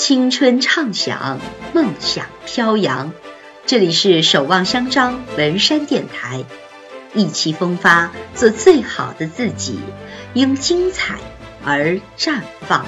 青春畅想，梦想飘扬。这里是守望相张文山电台，意气风发，做最好的自己，因精彩而绽放。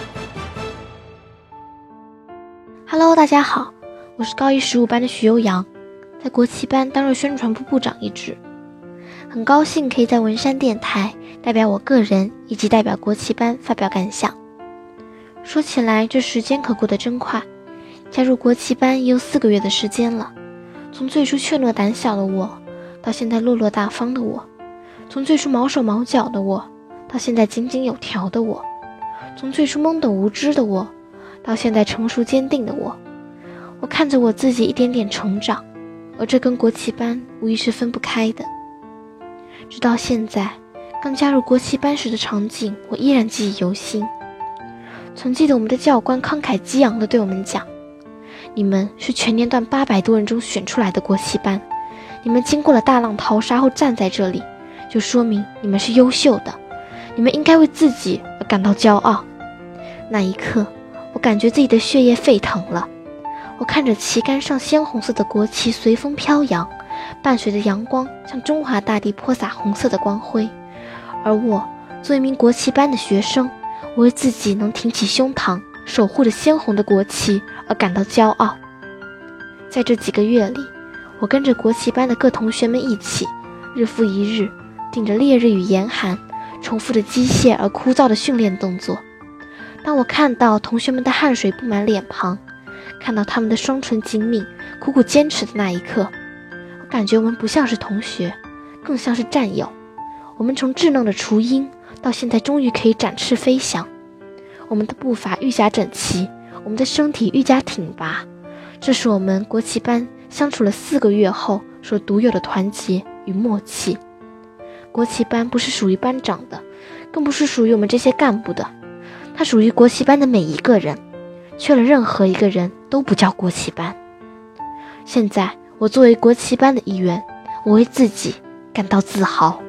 Hello， 大家好，我是高一15班的徐悠扬，在国旗班担任宣传部部长一职。很高兴可以在文山电台代表我个人以及代表国旗班发表感想。说起来，这时间可过得真快，加入国旗班也有4个月的时间了。从最初怯懦胆小的我，到现在落落大方的我；从最初毛手毛脚的我，到现在井井有条的我；从最初懵懂无知的我，到现在成熟坚定的我。我看着我自己一点点成长，而这跟国旗班无疑是分不开的。直到现在，刚加入国旗班时的场景，我依然记忆犹新。曾记得我们的教官慷慨激昂地对我们讲，你们是全年段800多人中选出来的国旗班，你们经过了大浪淘沙后站在这里，就说明你们是优秀的，你们应该为自己而感到骄傲。那一刻，我感觉自己的血液沸腾了。我看着旗杆上鲜红色的国旗随风飘扬，伴随着阳光向中华大地泼洒红色的光辉。而我作为一名国旗班的学生，我为自己能挺起胸膛守护着鲜红的国旗而感到骄傲。在这几个月里，我跟着国旗班的各同学们一起，日复一日顶着烈日与严寒，重复着机械而枯燥的训练动作。当我看到同学们的汗水布满脸庞，看到他们的双唇紧抿苦苦坚持的那一刻，我感觉我们不像是同学，更像是战友。我们从稚嫩的雏鹰到现在终于可以展翅飞翔，我们的步伐愈加整齐，我们的身体愈加挺拔。这是我们国旗班相处了4个月后所独有的团结与默契。国旗班不是属于班长的，更不是属于我们这些干部的，它属于国旗班的每一个人，缺了任何一个人都不叫国旗班。现在我作为国旗班的一员，我为自己感到自豪。